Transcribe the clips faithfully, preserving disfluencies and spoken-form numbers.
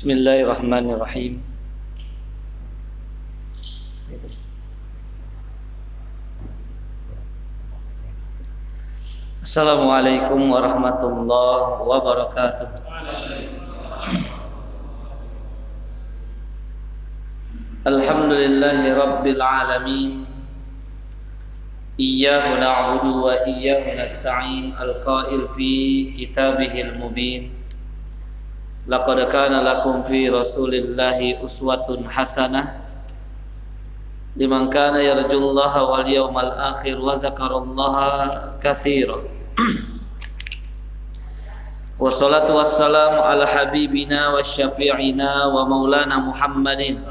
Bismillahirrahmanirrahim. Assalamualaikum warahmatullahi wabarakatuh. Alhamdulillahi rabbil alamin. Iyyahu na'budu wa iyyahu nasta'in. Al-qail fi kitabihil mubin. Laqad kana lakum fi rasulillahi uswatun hasanah liman kana yarjullaha wal yawmal akhir wa zakarallaha katsira. Wassalatu wassalamu ala habibina wa syafi'ina wa maulana Muhammadin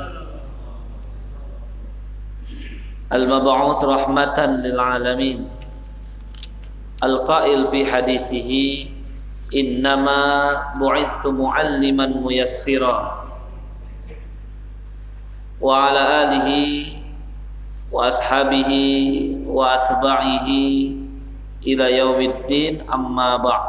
al-mab'uts rahmatan lil alamin. Al-qail fi hadithihi innama bu'istu mu'alliman muyassira wa ala alihi wa ashabihi wa atba'ihi ila yaumiddin, amma ba'd.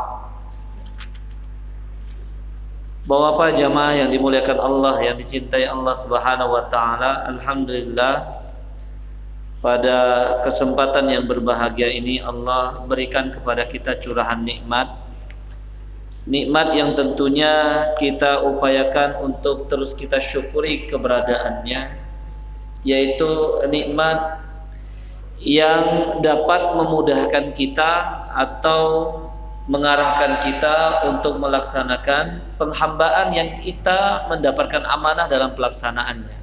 Bapak-bapak jamaah yang dimuliakan Allah, yang dicintai Allah Subhanahu wa taala, alhamdulillah pada kesempatan yang berbahagia ini Allah berikan kepada kita curahan nikmat. Nikmat yang tentunya kita upayakan untuk terus kita syukuri keberadaannya, yaitu nikmat yang dapat memudahkan kita atau mengarahkan kita untuk melaksanakan penghambaan yang kita mendapatkan amanah dalam pelaksanaannya.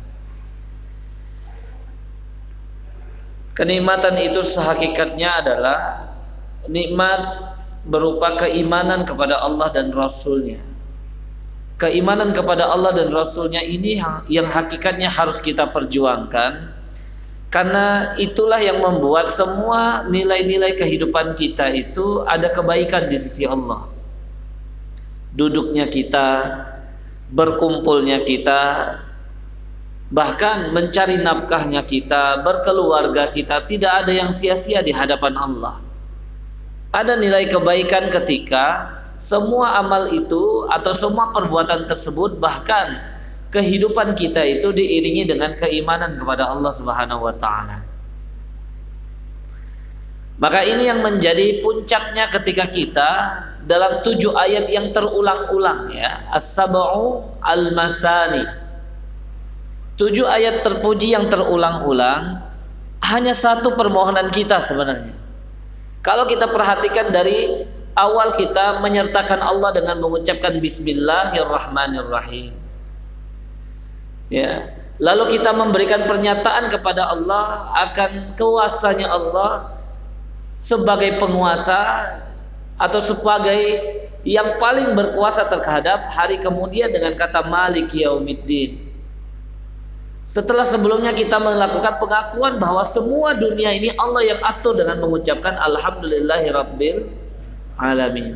Kenikmatan itu sehakikatnya adalah nikmat berupa keimanan kepada Allah dan Rasulnya. Keimanan kepada Allah dan Rasulnya ini yang hakikatnya harus kita perjuangkan, karena itulah yang membuat semua nilai-nilai kehidupan kita itu ada kebaikan di sisi Allah. Duduknya kita, berkumpulnya kita, bahkan mencari nafkahnya kita, berkeluarga kita, tidak ada yang sia-sia di hadapan Allah. Ada nilai kebaikan ketika semua amal itu atau semua perbuatan tersebut, bahkan kehidupan kita itu diiringi dengan keimanan kepada Allah Subhanahu wa taala. Maka ini yang menjadi puncaknya ketika kita dalam tujuh ayat yang terulang-ulang, ya, as-sab'u al-masani. Tujuh ayat terpuji yang terulang-ulang, hanya satu permohonan kita sebenarnya. Kalau kita perhatikan dari awal kita menyertakan Allah dengan mengucapkan Bismillahirrahmanirrahim, ya, lalu kita memberikan pernyataan kepada Allah akan kuasanya Allah sebagai penguasa atau sebagai yang paling berkuasa terhadap hari kemudian dengan kata Malik Yaumiddin. Setelah sebelumnya kita melakukan pengakuan bahwa semua dunia ini Allah yang atur dengan mengucapkan Alhamdulillahirabbil alamin.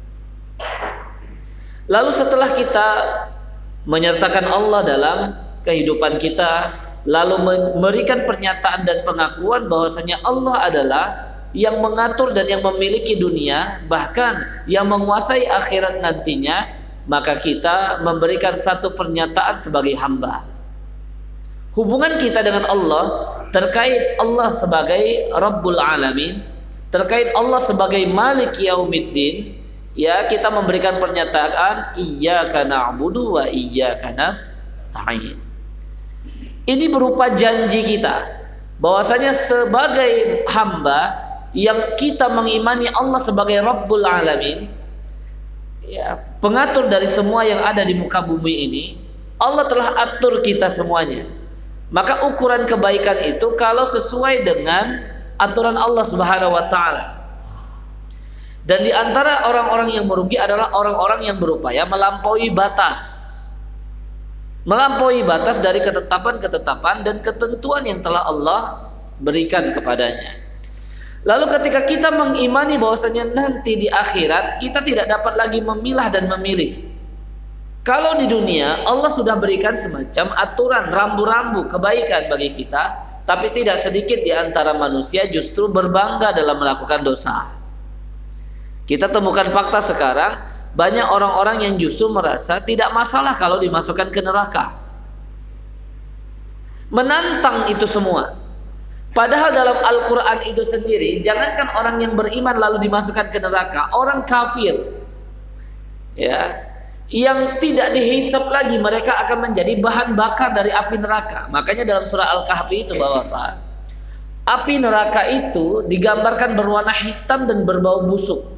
Lalu setelah kita menyertakan Allah dalam kehidupan kita, lalu memberikan pernyataan dan pengakuan bahwasanya Allah adalah yang mengatur dan yang memiliki dunia, bahkan yang menguasai akhirat nantinya, maka kita memberikan satu pernyataan sebagai hamba. Hubungan kita dengan Allah terkait Allah sebagai Rabbul Alamin, terkait Allah sebagai Malik Yaumiddin, ya, kita memberikan pernyataan Iyyaka na'budu wa iyyaka nasta'in. Ini berupa janji kita bahwasanya sebagai hamba yang kita mengimani Allah sebagai Rabbul Alamin, ya, pengatur dari semua yang ada di muka bumi ini, Allah telah atur kita semuanya. Maka ukuran kebaikan itu kalau sesuai dengan aturan Allah Subhanahu wa taala. Dan di antara orang-orang yang merugi adalah orang-orang yang berupaya melampaui batas. Melampaui batas dari ketetapan-ketetapan dan ketentuan yang telah Allah berikan kepadanya. Lalu ketika kita mengimani bahwasanya nanti di akhirat kita tidak dapat lagi memilah dan memilih. Kalau di dunia Allah sudah berikan semacam aturan rambu-rambu kebaikan bagi kita, tapi tidak sedikit di antara manusia justru berbangga dalam melakukan dosa. Kita temukan fakta sekarang banyak orang-orang yang justru merasa tidak masalah kalau dimasukkan ke neraka. Menantang itu semua. Padahal dalam Al-Quran itu sendiri, jangankan orang yang beriman lalu dimasukkan ke neraka, orang kafir, ya, yang tidak dihisap lagi, mereka akan menjadi bahan bakar dari api neraka. Makanya dalam surah Al-Kahfi itu, Bapak, api neraka itu digambarkan berwarna hitam dan berbau busuk.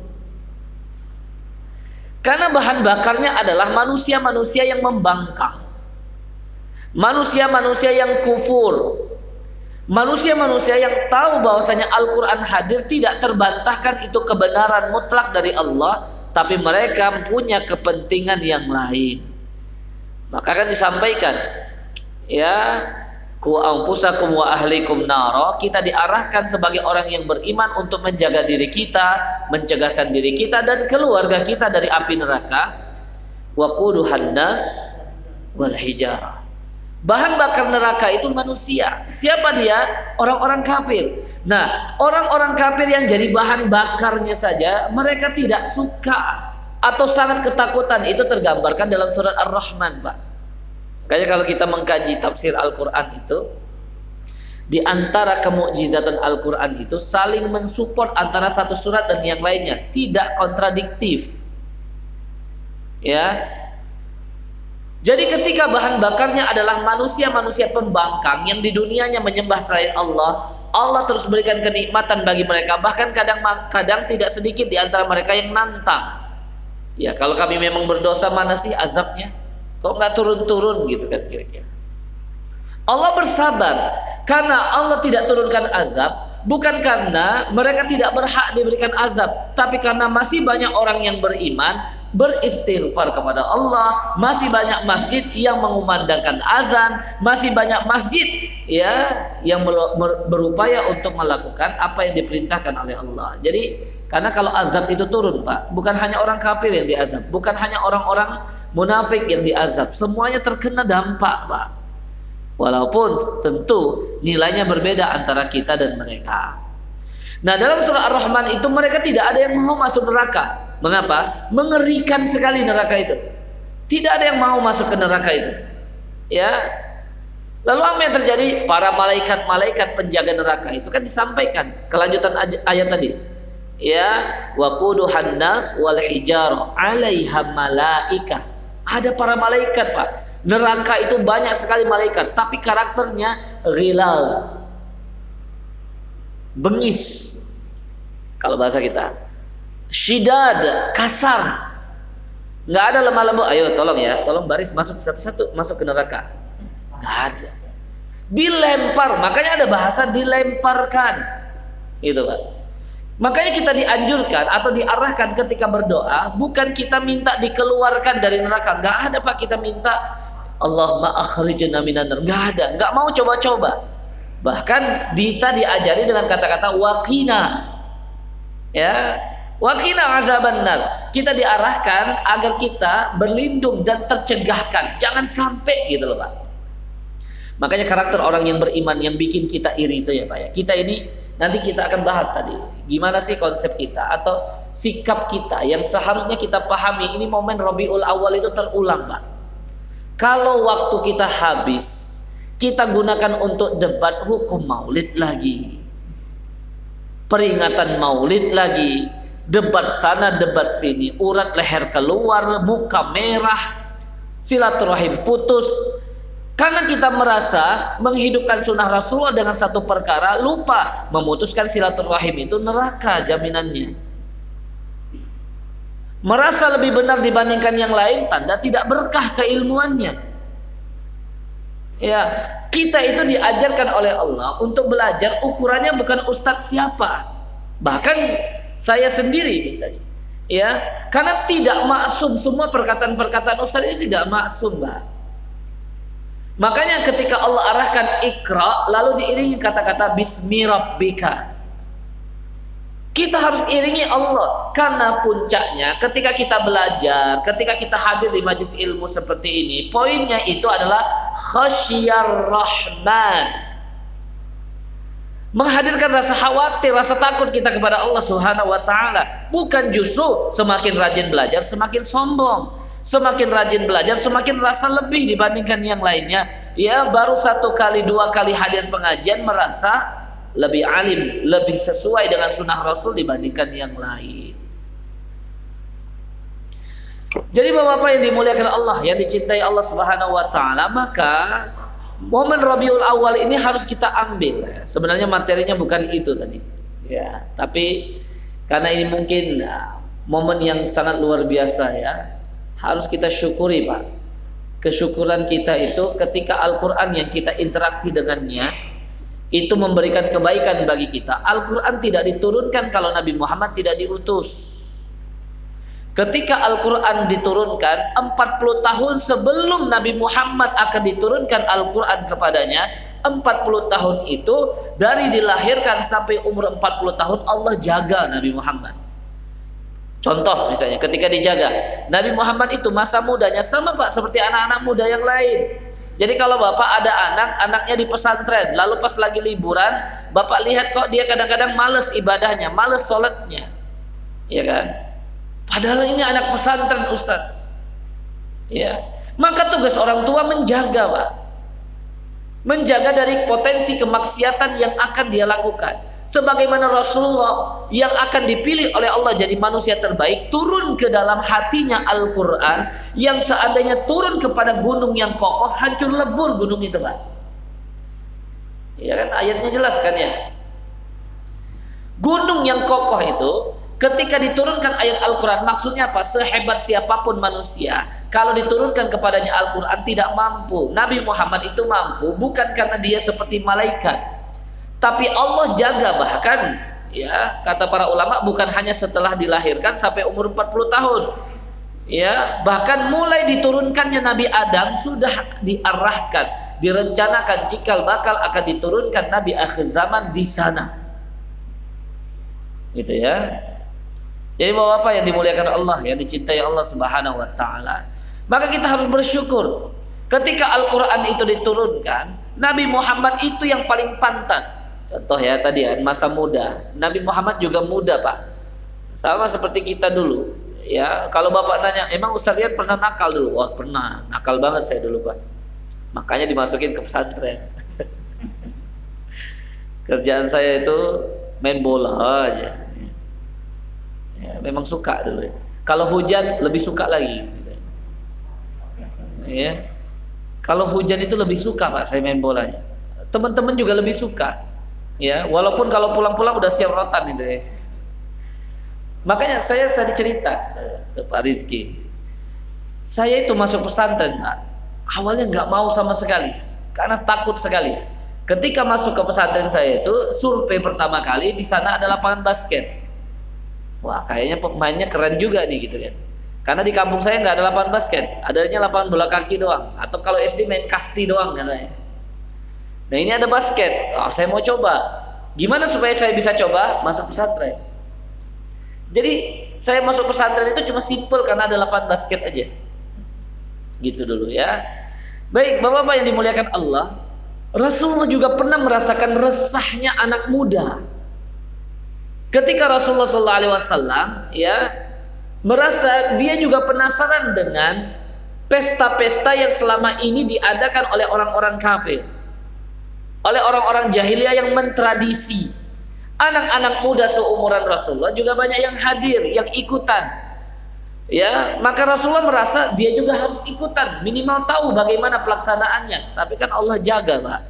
Karena bahan bakarnya adalah manusia-manusia yang membangkang, manusia-manusia yang kufur, manusia-manusia yang tahu bahwasanya Al-Quran hadir tidak terbantahkan itu kebenaran mutlak dari Allah, tapi mereka punya kepentingan yang lain. Maka akan disampaikan, ya, ku anfusakum wa ahlikum naro, kita diarahkan sebagai orang yang beriman untuk menjaga diri kita, mencegahkan diri kita dan keluarga kita dari api neraka. Wa quduhan nas wal hijarah. Bahan bakar neraka itu manusia. Siapa dia? Orang-orang kafir. Nah, orang-orang kafir yang jadi bahan bakarnya saja mereka tidak suka atau sangat ketakutan. Itu tergambarkan dalam surat Ar-Rahman, Pak. Makanya kalau kita mengkaji tafsir Al-Quran itu, di antara kemukjizatan Al-Quran itu saling mensupport antara satu surat dan yang lainnya, tidak kontradiktif. Ya. Jadi ketika bahan bakarnya adalah manusia-manusia pembangkang yang di dunianya menyembah selain Allah, Allah terus berikan kenikmatan bagi mereka. Bahkan kadang-kadang tidak sedikit di antara mereka yang nantang. Ya, kalau kami memang berdosa, mana sih azabnya? Kok nggak turun-turun gitu kan kira-kira. Allah bersabar karena Allah tidak turunkan azab, bukan karena mereka tidak berhak diberikan azab, tapi karena masih banyak orang yang beriman, beristighfar kepada Allah, masih banyak masjid yang mengumandangkan azan, masih banyak masjid ya yang berupaya untuk melakukan apa yang diperintahkan oleh Allah. Jadi karena kalau azab itu turun, Pak, bukan hanya orang kafir yang diazab, bukan hanya orang-orang munafik yang diazab, semuanya terkena dampak, Pak. Walaupun tentu nilainya berbeda antara kita dan mereka. Nah, dalam surah Ar-Rahman itu mereka tidak ada yang mau masuk neraka. Mengapa? Mengerikan sekali neraka itu. Tidak ada yang mau masuk ke neraka itu. Ya. Lalu apa yang terjadi? Para malaikat-malaikat penjaga neraka itu kan disampaikan kelanjutan ayat tadi. Ya, waquduhan nas wal hijar 'alaiha malaikah. Ada para malaikat, Pak. Neraka itu banyak sekali malaikat, tapi karakternya ghilaz, bengis kalau bahasa kita, syidad, kasar, nggak ada lemah lembut. Ayo tolong ya, tolong baris masuk satu-satu masuk ke neraka, nggak ada, dilempar. Makanya ada bahasa dilemparkan gitu, Pak. Makanya kita dianjurkan atau diarahkan ketika berdoa, bukan kita minta dikeluarkan dari neraka. Nggak ada, Pak, kita minta Allahumma akhrijna minan nar. Nggak ada, nggak mau coba-coba. Bahkan kita diajari dengan kata-kata waqina, ya, waqina azabannar. Kita diarahkan agar kita berlindung dan tercegahkan, jangan sampai gitu loh, Pak. Makanya karakter orang yang beriman yang bikin kita iri itu ya, Pak, ya. Kita ini nanti kita akan bahas tadi, gimana sih konsep kita atau sikap kita yang seharusnya kita pahami. Ini momen Rabiul Awal itu terulang, Pak. Kalau waktu kita habis, kita gunakan untuk debat hukum maulid lagi, peringatan maulid lagi, debat sana debat sini, urat leher keluar, muka merah, silaturahim putus. Karena kita merasa menghidupkan sunnah Rasulullah dengan satu perkara, lupa memutuskan silaturahim itu neraka jaminannya. Merasa lebih benar dibandingkan yang lain, tanda tidak berkah keilmuannya. Ya, kita itu diajarkan oleh Allah untuk belajar, ukurannya bukan ustadz siapa. Bahkan saya sendiri misalnya, ya, karena tidak maksum, semua perkataan-perkataan ustadz ini tidak maksum, Mbak. Makanya ketika Allah arahkan Iqra, lalu diiringi kata-kata Bismi Rabbika, kita harus iringi Allah. Karena puncaknya ketika kita belajar, ketika kita hadir di majlis ilmu seperti ini, poinnya itu adalah khasyar rahman. menghadirkan rasa khawatir, rasa takut kita kepada Allah Subhanahu wa taala. Bukan justru semakin rajin belajar semakin sombong. Semakin rajin belajar semakin rasa lebih dibandingkan yang lainnya. Ya, baru satu kali dua kali hadir pengajian merasa lebih alim, lebih sesuai dengan sunnah Rasul dibandingkan yang lain. Jadi bapak-bapak yang dimuliakan Allah, yang dicintai Allah Subhanahu wa taala, maka momen Rabiul Awal ini harus kita ambil. Sebenarnya materinya bukan itu tadi. Ya, tapi karena ini mungkin uh, momen yang sangat luar biasa ya. Harus kita syukuri, Pak. Kesyukuran kita itu ketika Al-Qur'an yang kita interaksi dengannya itu memberikan kebaikan bagi kita. Al-Qur'an tidak diturunkan kalau Nabi Muhammad tidak diutus. Ketika Al-Quran diturunkan empat puluh tahun sebelum Nabi Muhammad akan diturunkan Al-Quran kepadanya, empat puluh tahun itu dari dilahirkan sampai umur empat puluh tahun Allah jaga Nabi Muhammad. Contoh misalnya ketika dijaga Nabi Muhammad itu masa mudanya sama Pak seperti anak-anak muda yang lain. Jadi kalau Bapak ada anak, anaknya di pesantren, lalu pas lagi liburan Bapak lihat kok dia kadang-kadang males ibadahnya, males sholatnya, ya kan? Padahal ini anak pesantren Ustadz. Ya, maka tugas orang tua menjaga, Pak. Menjaga dari potensi kemaksiatan yang akan dia lakukan. Sebagaimana Rasulullah yang akan dipilih oleh Allah jadi manusia terbaik turun ke dalam hatinya Al-Quran, yang seandainya turun kepada gunung yang kokoh hancur lebur gunung itu, Pak. Ya kan ayatnya jelas kan ya. Gunung yang kokoh itu ketika diturunkan ayat Al-Quran, maksudnya apa? Sehebat siapapun manusia, kalau diturunkan kepadanya Al-Quran tidak mampu. Nabi Muhammad itu mampu, bukan karena dia seperti malaikat, tapi Allah jaga. Bahkan ya kata para ulama bukan hanya setelah dilahirkan sampai umur empat puluh tahun, ya bahkan mulai diturunkannya Nabi Adam sudah diarahkan, direncanakan cikal bakal akan diturunkan Nabi akhir zaman di sana, gitu ya. Jadi bapak-bapak yang dimuliakan Allah, yang dicintai Allah Subhanahu wa taala, maka kita harus bersyukur ketika Al-Qur'an itu diturunkan, Nabi Muhammad itu yang paling pantas. Contoh ya tadi ya, masa muda. Nabi Muhammad juga muda, Pak. Sama seperti kita dulu. Ya, kalau Bapak nanya, "Emang Ustaz Rian pernah nakal dulu?" Wah, pernah. Nakal banget saya dulu, Pak. Makanya dimasukin ke pesantren. Kerjaan saya itu main bola aja. Ya, memang suka dulu ya. Kalau hujan lebih suka lagi. Ya. Kalau hujan itu lebih suka Pak saya main bolanya. Teman-teman juga lebih suka. Ya, walaupun kalau pulang-pulang udah siap rotan itu ya. Makanya saya tadi cerita ke Pak Rizky. Saya itu masuk pesantren, Pak. Awalnya nggak mau sama sekali karena takut sekali. Ketika masuk ke pesantren saya itu survei pertama kali di sana ada lapangan basket. Wah kayaknya pemainnya keren juga nih gitu kan. Karena di kampung saya nggak ada lapangan basket, adanya lapangan bola kaki doang. Atau kalau S D main kasti doang katanya. Nah ini ada basket, oh, saya mau coba. Gimana supaya saya bisa coba masuk pesantren? Jadi saya masuk pesantren itu cuma simple karena ada lapangan basket aja. Gitu dulu ya. Baik bapak-bapak yang dimuliakan Allah, Rasulullah juga pernah merasakan resahnya anak muda. Ketika Rasulullah shallallahu alaihi wasallam ya merasa dia juga penasaran dengan pesta-pesta yang selama ini diadakan oleh orang-orang kafir, oleh orang-orang jahiliyah yang mentradisi. Anak-anak muda seumuran Rasulullah juga banyak yang hadir, yang ikutan. Ya, maka Rasulullah merasa dia juga harus ikutan, minimal tahu bagaimana pelaksanaannya. Tapi kan Allah jaga, Pak.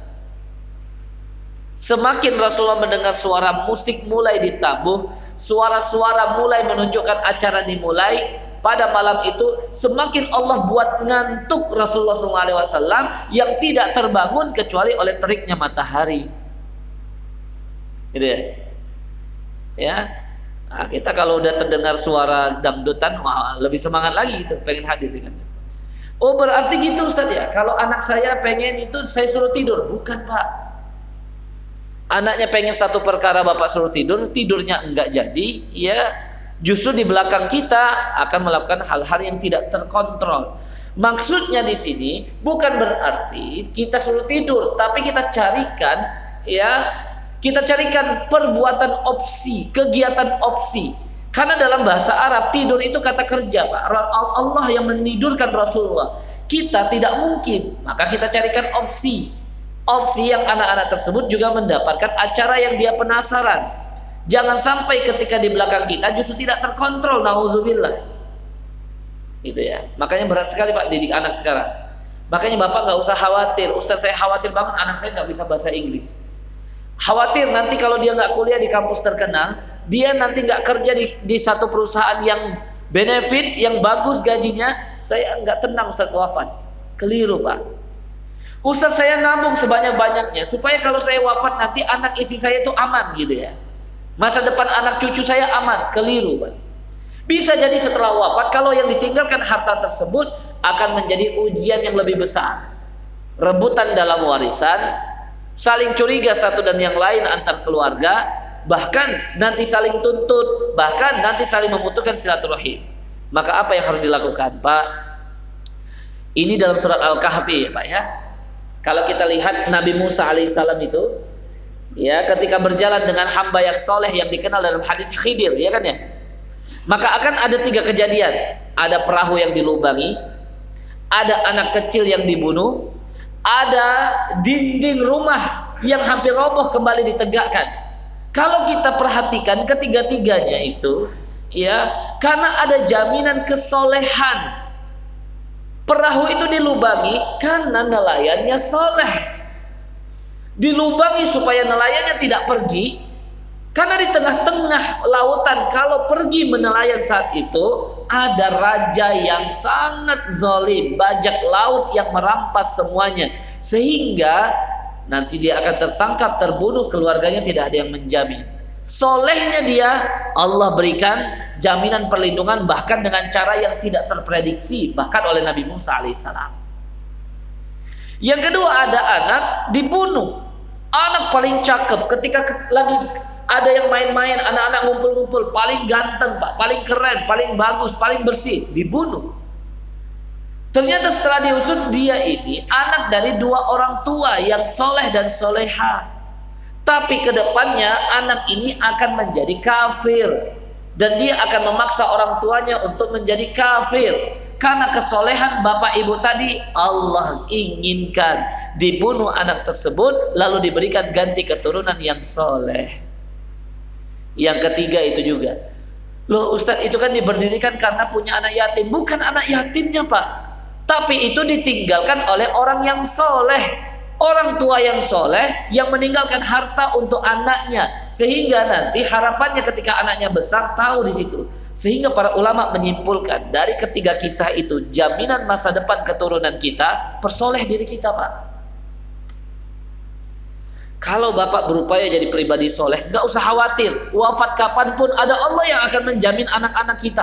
Semakin Rasulullah mendengar suara musik mulai ditabuh, suara-suara mulai menunjukkan acara dimulai pada malam itu, semakin Allah buat ngantuk Rasulullah shallallahu alaihi wasallam yang tidak terbangun kecuali oleh teriknya matahari. Gitu ya. Ya. Nah, kita kalau udah terdengar suara dangdutan, wah lebih semangat lagi gitu, pengen hadir kan. Oh berarti gitu Ustaz ya. Kalau anak saya pengen itu saya suruh tidur, bukan Pak. Anaknya pengen satu perkara bapak suruh tidur, tidurnya enggak jadi, ya justru di belakang kita akan melakukan hal-hal yang tidak terkontrol. Maksudnya di sini bukan berarti kita suruh tidur, tapi kita carikan ya Kita carikan perbuatan opsi, kegiatan opsi. Karena dalam bahasa Arab tidur itu kata kerja, Pak. Allah yang menidurkan Rasulullah. Kita tidak mungkin, maka kita carikan opsi. Opsi yang anak-anak tersebut juga mendapatkan acara yang dia penasaran. Jangan sampai ketika di belakang kita justru tidak terkontrol, nauzubillah. Itu ya. Makanya berat sekali Pak didik anak sekarang. Makanya Bapak nggak usah khawatir. Ustaz, saya khawatir banget anak saya nggak bisa bahasa Inggris. Khawatir nanti kalau dia nggak kuliah di kampus terkenal, dia nanti nggak kerja di, di satu perusahaan yang benefit, yang bagus gajinya, saya nggak tenang Ustaz wafat. Keliru Pak. Ustaz, saya nabung sebanyak-banyaknya supaya kalau saya wafat nanti anak istri saya itu aman gitu ya. Masa depan anak cucu saya aman. Keliru Pak. Bisa jadi setelah wafat kalau yang ditinggalkan harta tersebut akan menjadi ujian yang lebih besar. Rebutan dalam warisan, saling curiga satu dan yang lain antar keluarga, bahkan nanti saling tuntut, bahkan nanti saling memutuskan silaturahim. Maka apa yang harus dilakukan Pak? Ini dalam surat Al-Kahfi ya Pak ya. Kalau kita lihat Nabi Musa alaihissalam itu ya, ketika berjalan dengan hamba yang soleh yang dikenal dalam hadis Khidir ya kan ya, maka akan ada tiga kejadian. Ada perahu yang dilubangi, ada anak kecil yang dibunuh, ada dinding rumah yang hampir roboh kembali ditegakkan. Kalau kita perhatikan ketiga-tiganya itu ya, karena ada jaminan kesolehan. Perahu itu dilubangi karena nelayannya soleh. Dilubangi supaya nelayannya tidak pergi, karena di tengah-tengah lautan kalau pergi menelayan saat itu ada raja yang sangat zalim, bajak laut yang merampas semuanya, sehingga nanti dia akan tertangkap, terbunuh, keluarganya tidak ada yang menjamin. Solehnya dia, Allah berikan jaminan perlindungan bahkan dengan cara yang tidak terprediksi bahkan oleh Nabi Musa alaihissalam. Yang kedua, ada anak dibunuh. Anak paling cakep, ketika lagi ada yang main-main, anak-anak ngumpul-ngumpul, paling ganteng Pak, paling keren, paling bagus, paling bersih, dibunuh. Ternyata setelah diusut, dia ini anak dari dua orang tua yang soleh dan soleha. Tapi kedepannya anak ini akan menjadi kafir, dan dia akan memaksa orang tuanya untuk menjadi kafir. Karena kesolehan bapak ibu tadi, Allah inginkan dibunuh anak tersebut, lalu diberikan ganti keturunan yang soleh. Yang ketiga itu juga, loh Ustadz, itu kan diberdirikan karena punya anak yatim. Bukan anak yatimnya Pak, tapi itu ditinggalkan oleh orang yang soleh, orang tua yang soleh yang meninggalkan harta untuk anaknya, sehingga nanti harapannya ketika anaknya besar tahu di situ. Sehingga para ulama menyimpulkan dari ketiga kisah itu, jaminan masa depan keturunan kita, persoleh diri kita Pak. Kalau bapak berupaya jadi pribadi soleh, gak usah khawatir, wafat kapanpun ada Allah yang akan menjamin anak-anak kita.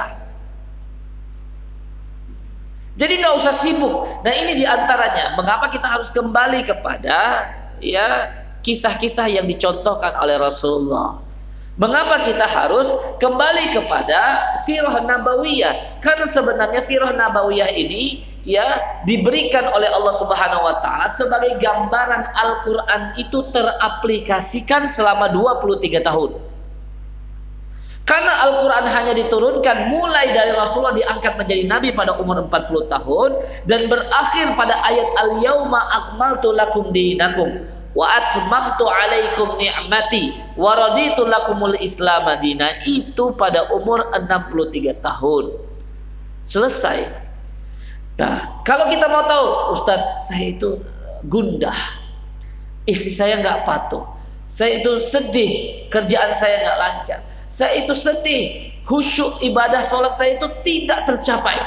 Jadi nggak usah sibuk. Nah ini diantaranya mengapa kita harus kembali kepada ya kisah-kisah yang dicontohkan oleh Rasulullah. Mengapa kita harus kembali kepada sirah nabawiyah? Karena sebenarnya sirah nabawiyah ini ya diberikan oleh Allah Subhanahu wa taala sebagai gambaran Al-Qur'an itu teraplikasikan selama dua puluh tiga tahun. Karena Al-Quran hanya diturunkan mulai dari Rasulullah diangkat menjadi Nabi pada umur empat puluh tahun dan berakhir pada ayat Al-Yawma akmaltu lakum dinakum wa atmamtu alaikum ni'mati wa raditu lakumul Islam madina, itu pada umur enam puluh tiga tahun selesai. Nah kalau kita mau tahu, Ustadz saya itu gundah, istri saya nggak patuh, saya itu sedih, kerjaan saya nggak lancar, saya itu sedih, khusyuk ibadah sholat saya itu tidak tercapai,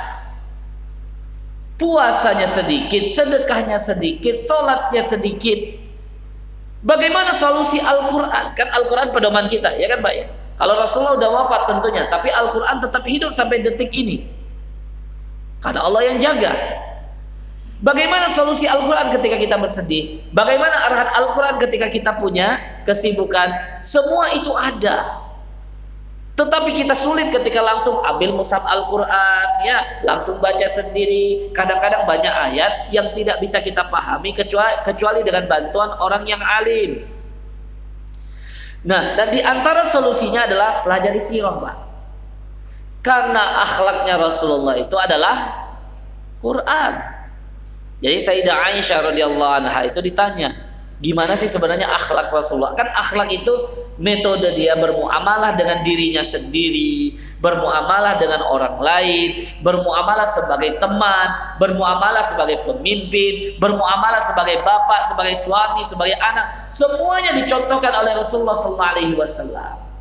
puasanya sedikit, sedekahnya sedikit, sholatnya sedikit. Bagaimana solusi Al-Quran? Kan Al-Quran pedoman kita, ya kan Pak ya? Kalau Rasulullah udah wafat tentunya, tapi Al-Quran tetap hidup sampai detik ini karena Allah yang jaga. Bagaimana solusi Al-Quran ketika kita bersedih? Bagaimana arahan Al-Quran ketika kita punya kesibukan? Semua itu ada. Tetapi kita sulit ketika langsung ambil mushaf Al-Quran, ya, langsung baca sendiri. Kadang-kadang banyak ayat yang tidak bisa kita pahami kecuali, kecuali dengan bantuan orang yang alim. Nah, dan di antara solusinya adalah pelajari sirah, Pak. Karena akhlaknya Rasulullah itu adalah Quran. Jadi Sayyidah Aisyah radhiyallahu anha itu ditanya, gimana sih sebenarnya akhlak Rasulullah? Kan akhlak itu metode dia bermuamalah dengan dirinya sendiri, bermuamalah dengan orang lain, bermuamalah sebagai teman, bermuamalah sebagai pemimpin, bermuamalah sebagai bapak, sebagai suami, sebagai anak. Semuanya dicontohkan oleh Rasulullah sallallahu alaihi wasallam.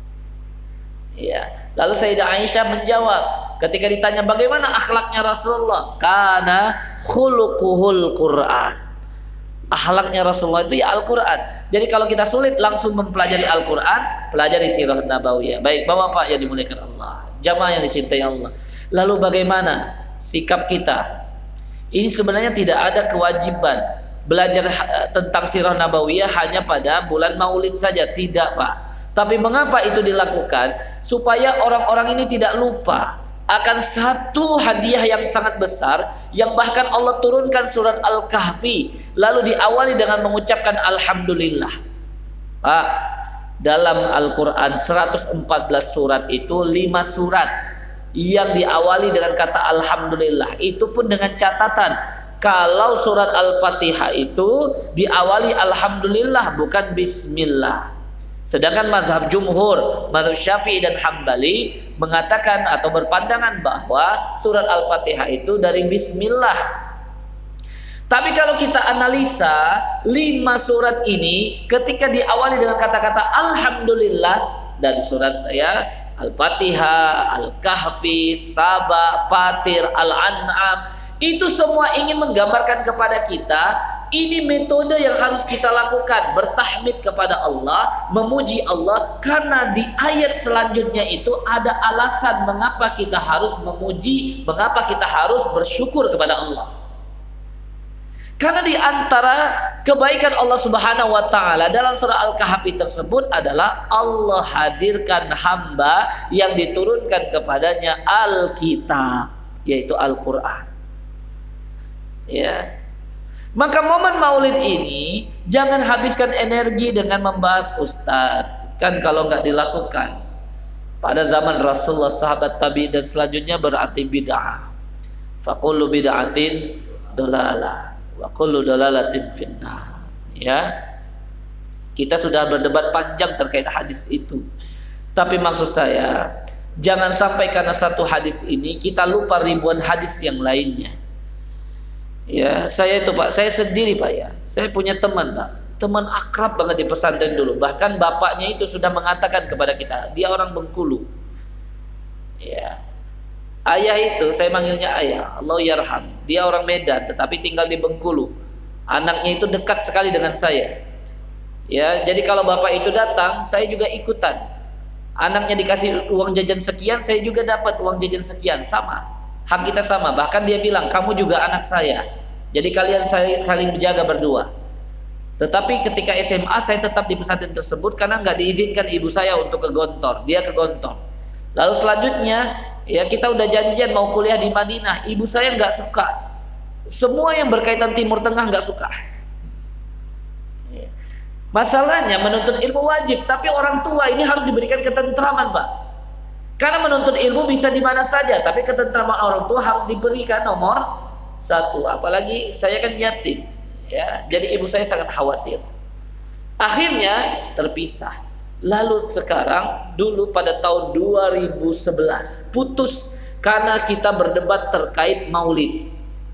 Ya. Lalu Sayyidah Aisyah menjawab ketika ditanya bagaimana akhlaknya Rasulullah, karena khuluquhul Quran. Akhlaknya Rasulullah itu ya Al-Quran. Jadi kalau kita sulit langsung mempelajari Al-Quran, pelajari sirah nabawiyah. Baik Bapak-bapak yang dimuliakan Allah, jamaah yang dicintai Allah. Lalu bagaimana sikap kita? Ini sebenarnya tidak ada kewajiban belajar tentang sirah nabawiyah hanya pada bulan Maulid saja, tidak, Pak. Tapi mengapa itu dilakukan? Supaya orang-orang ini tidak lupa akan satu hadiah yang sangat besar yang bahkan Allah turunkan surat Al-Kahfi lalu diawali dengan mengucapkan Alhamdulillah. Pak, dalam Al-Quran seratus empat belas surat itu lima surat yang diawali dengan kata Alhamdulillah. Itu pun dengan catatan, kalau surat Al-Fatihah itu diawali Alhamdulillah bukan Bismillah. Sedangkan mazhab jumhur, mazhab Syafi'i dan Hambali mengatakan atau berpandangan bahwa surat Al-Fatihah itu dari Bismillah. Tapi kalau kita analisa lima surat ini ketika diawali dengan kata-kata Alhamdulillah dari surat ya Al-Fatihah, Al-Kahfi, Saba, Fatir, Al-An'am, itu semua ingin menggambarkan kepada kita ini metode yang harus kita lakukan, bertahmid kepada Allah, memuji Allah, karena di ayat selanjutnya itu ada alasan mengapa kita harus memuji, mengapa kita harus bersyukur kepada Allah. Karena di antara kebaikan Allah Subhanahu wa taala dalam surah Al-Kahfi tersebut adalah Allah hadirkan hamba yang diturunkan kepadanya Alkitab, yaitu Al-Qur'an. Ya. Maka momen Maulid ini jangan habiskan energi dengan membahas ustadz. Kan kalau nggak dilakukan pada zaman Rasulullah, sahabat tabi dan selanjutnya berarti bid'ah. Faqullu bid'atin dolalah wa kullu dolalatin finnar. Ya, kita sudah berdebat panjang terkait hadis itu. Tapi maksud saya, jangan sampai karena satu hadis ini kita lupa ribuan hadis yang lainnya. Ya, saya itu Pak, saya sendiri Pak ya. Saya punya teman Pak, teman akrab banget di pesantren dulu. Bahkan bapaknya itu sudah mengatakan kepada kita, dia orang Bengkulu. Ya. Ayah itu, saya manggilnya ayah, Allah yarham. Dia orang Medan tetapi tinggal di Bengkulu. Anaknya itu dekat sekali dengan saya. Ya, jadi kalau bapak itu datang, saya juga ikutan. Anaknya dikasih uang jajan sekian, saya juga dapat uang jajan sekian, sama. Hak kita sama. Bahkan dia bilang, kamu juga anak saya. Jadi kalian saling berjaga berdua. Tetapi ketika S M A saya tetap di pesantren tersebut karena nggak diizinkan ibu saya untuk ke Gontor. Dia ke Gontor. Lalu selanjutnya ya kita udah janjian mau kuliah di Madinah. Ibu saya nggak suka. Semua yang berkaitan Timur Tengah nggak suka. Masalahnya menuntut ilmu wajib, tapi orang tua ini harus diberikan ketentraman, Pak. Karena menuntut ilmu bisa di mana saja, tapi ketentraman orang tua harus diberikan nomor satu. Apalagi saya kan yatim, ya. Jadi ibu saya sangat khawatir. Akhirnya terpisah. Lalu sekarang dulu pada tahun dua ribu sebelas putus karena kita berdebat terkait maulid.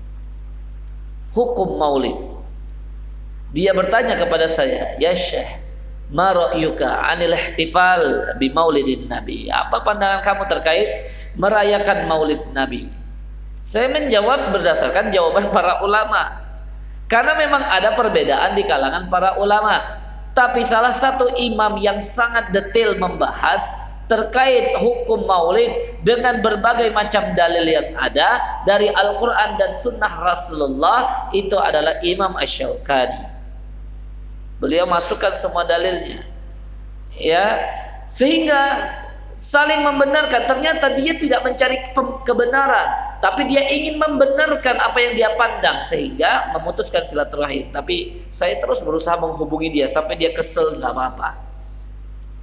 Hukum maulid. Dia bertanya kepada saya, "Ya Syekh, ma ra'yuka 'anil ihtifal bi maulidin Nabi?" Apa pandangan kamu terkait merayakan maulid Nabi? Saya menjawab berdasarkan jawaban para ulama. Karena memang ada perbedaan di kalangan para ulama. Tapi salah satu imam yang sangat detail membahas terkait hukum maulid dengan berbagai macam dalil yang ada dari Al-Quran dan Sunnah Rasulullah, itu adalah Imam Asy-Syaukani. Beliau masukkan semua dalilnya, ya, sehingga saling membenarkan. Ternyata dia tidak mencari kebenaran, tapi dia ingin membenarkan apa yang dia pandang, sehingga memutuskan silaturahim. Tapi saya terus berusaha menghubungi dia sampai dia kesel, nggak apa-apa.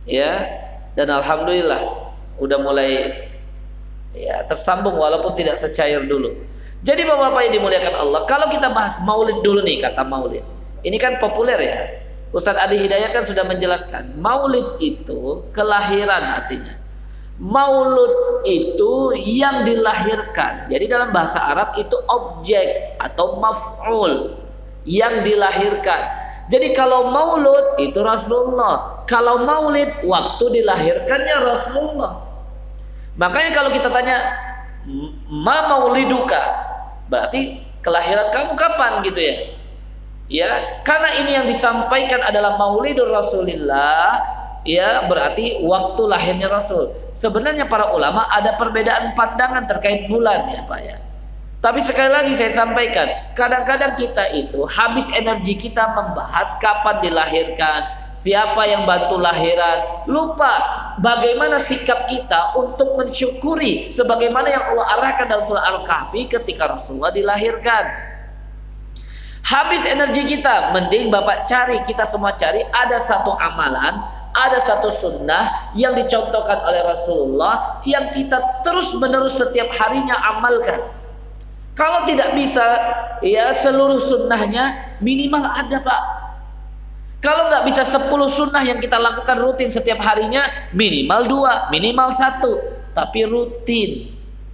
ya, dan alhamdulillah udah mulai ya tersambung walaupun tidak secair dulu. Jadi bapak-bapak yang dimuliakan Allah, kalau kita bahas maulid dulu nih, kata maulid ini kan populer ya. Ustadz Adi Hidayat kan sudah menjelaskan maulid itu kelahiran artinya. Maulud itu yang dilahirkan. Jadi dalam bahasa Arab itu objek atau maf'ul, yang dilahirkan. Jadi kalau maulud itu Rasulullah, kalau maulid waktu dilahirkannya Rasulullah. Makanya kalau kita tanya ma mauliduka, berarti kelahiran kamu kapan gitu ya. Ya, karena ini yang disampaikan adalah maulidur Rasulillah, ya berarti waktu lahirnya Rasul. Sebenarnya para ulama ada perbedaan pandangan terkait bulan ya Pak ya. Tapi sekali lagi saya sampaikan, kadang-kadang kita itu habis energi kita membahas kapan dilahirkan, siapa yang bantu lahiran, lupa bagaimana sikap kita untuk mensyukuri sebagaimana yang Allah arahkan dalam surah Al-Kahfi ketika Rasulullah dilahirkan. Habis energi kita, mending Bapak cari, kita semua cari, ada satu amalan, ada satu sunnah yang dicontohkan oleh Rasulullah yang kita terus menerus setiap harinya amalkan. Kalau tidak bisa ya seluruh sunnahnya, minimal ada Pak. Kalau nggak bisa sepuluh sunnah yang kita lakukan rutin setiap harinya, minimal dua, minimal satu, tapi rutin.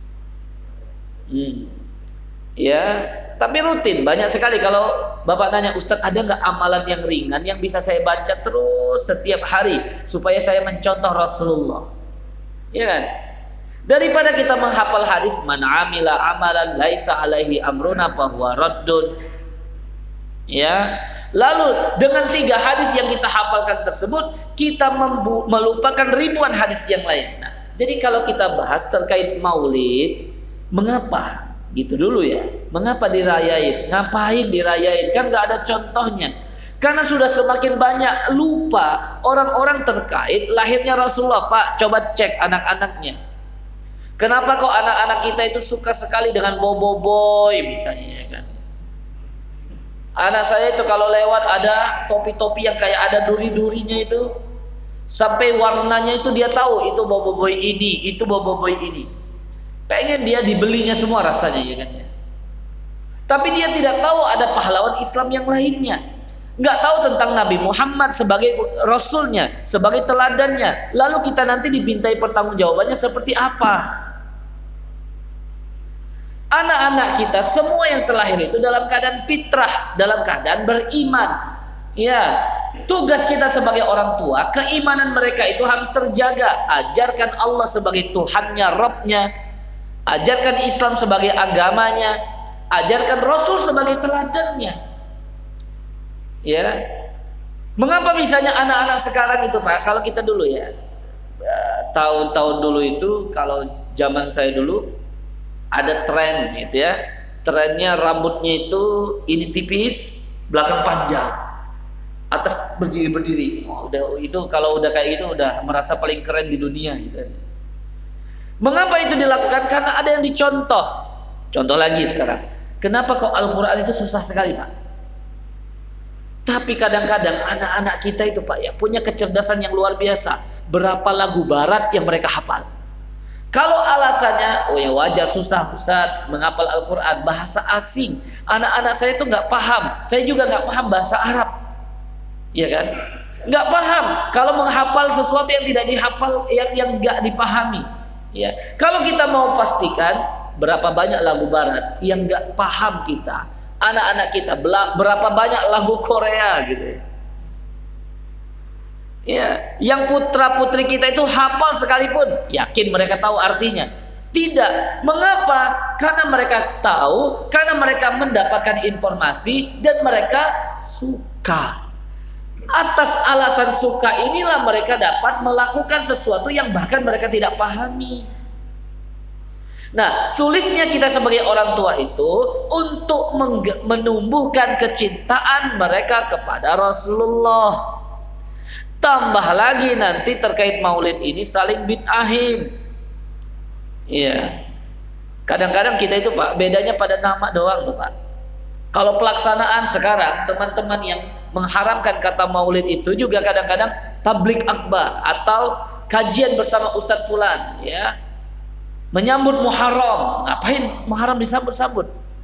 Hmm. Ya, tapi rutin. Banyak sekali kalau Bapak nanya, Ustadz ada nggak amalan yang ringan yang bisa saya baca terus setiap hari supaya saya mencontoh Rasulullah, ya kan? Daripada kita menghafal hadis man amila amalan laisa alaihi amruna fahuwa raddun, ya. Lalu dengan tiga hadis yang kita hafalkan tersebut, kita melupakan ribuan hadis yang lain. Nah, jadi kalau kita bahas terkait maulid, mengapa? Gitu dulu ya. Mengapa dirayain? Ngapain dirayain? Kan nggak ada contohnya. Karena sudah semakin banyak lupa orang-orang terkait lahirnya Rasulullah. Pak, coba cek anak-anaknya. Kenapa kok anak-anak kita itu suka sekali dengan bobo-boy misalnya ya kan? Anak saya itu kalau lewat ada topi-topi yang kayak ada duri-durinya itu, sampai warnanya itu dia tahu itu bobo-boy ini, itu bobo-boy ini. Pengen dia dibelinya semua rasanya ya kan ya. Tapi dia tidak tahu ada pahlawan Islam yang lainnya. Nggak tahu tentang Nabi Muhammad sebagai Rasulnya, sebagai teladannya. Lalu kita nanti dibintai pertanggungjawabannya seperti apa? Anak-anak kita semua yang terlahir itu dalam keadaan fitrah, dalam keadaan beriman. Ya, tugas kita sebagai orang tua, keimanan mereka itu harus terjaga. Ajarkan Allah sebagai Tuhannya, Rabbnya. Ajarkan Islam sebagai agamanya, ajarkan Rasul sebagai teladannya. Ya. Mengapa misalnya anak-anak sekarang itu Pak, kalau kita dulu ya, tahun-tahun dulu itu, kalau zaman saya dulu ada tren gitu ya. Trennya rambutnya itu ini tipis, belakang panjang, atas berdiri-berdiri. Oh, udah itu kalau udah kayak gitu udah merasa paling keren di dunia gitu. Mengapa itu dilakukan? Karena ada yang dicontoh. Contoh lagi sekarang. Kenapa kok Al-Quran itu susah sekali Pak? Tapi kadang-kadang anak-anak kita itu Pak ya punya kecerdasan yang luar biasa. Berapa lagu barat yang mereka hafal. Kalau alasannya, oh ya wajar susah Ustaz menghafal Al-Quran, bahasa asing. Anak-anak saya itu nggak paham. Saya juga nggak paham bahasa Arab. Ya kan? Nggak paham. Kalau menghafal sesuatu yang tidak dihafal, yang yang nggak dipahami. Ya, kalau kita mau pastikan berapa banyak lagu barat yang nggak paham kita, anak-anak kita berapa banyak lagu Korea gitu. Ya, yang putra putri kita itu hafal sekalipun, yakin mereka tahu artinya? Tidak. Mengapa? Karena mereka tahu, karena mereka mendapatkan informasi dan mereka suka. Atas alasan suka inilah mereka dapat melakukan sesuatu yang bahkan mereka tidak pahami. Nah, sulitnya kita sebagai orang tua itu untuk menumbuhkan kecintaan mereka kepada Rasulullah. Tambah lagi nanti terkait maulid ini saling bid'ahin. Iya. Kadang-kadang kita itu Pak, bedanya pada nama doang Pak. Kalau pelaksanaan sekarang, teman-teman yang mengharamkan kata maulid itu juga kadang-kadang tablik akbar atau kajian bersama Ustadz Fulan, ya, menyambut Muharram. Ngapain Muharram disambut-sambut?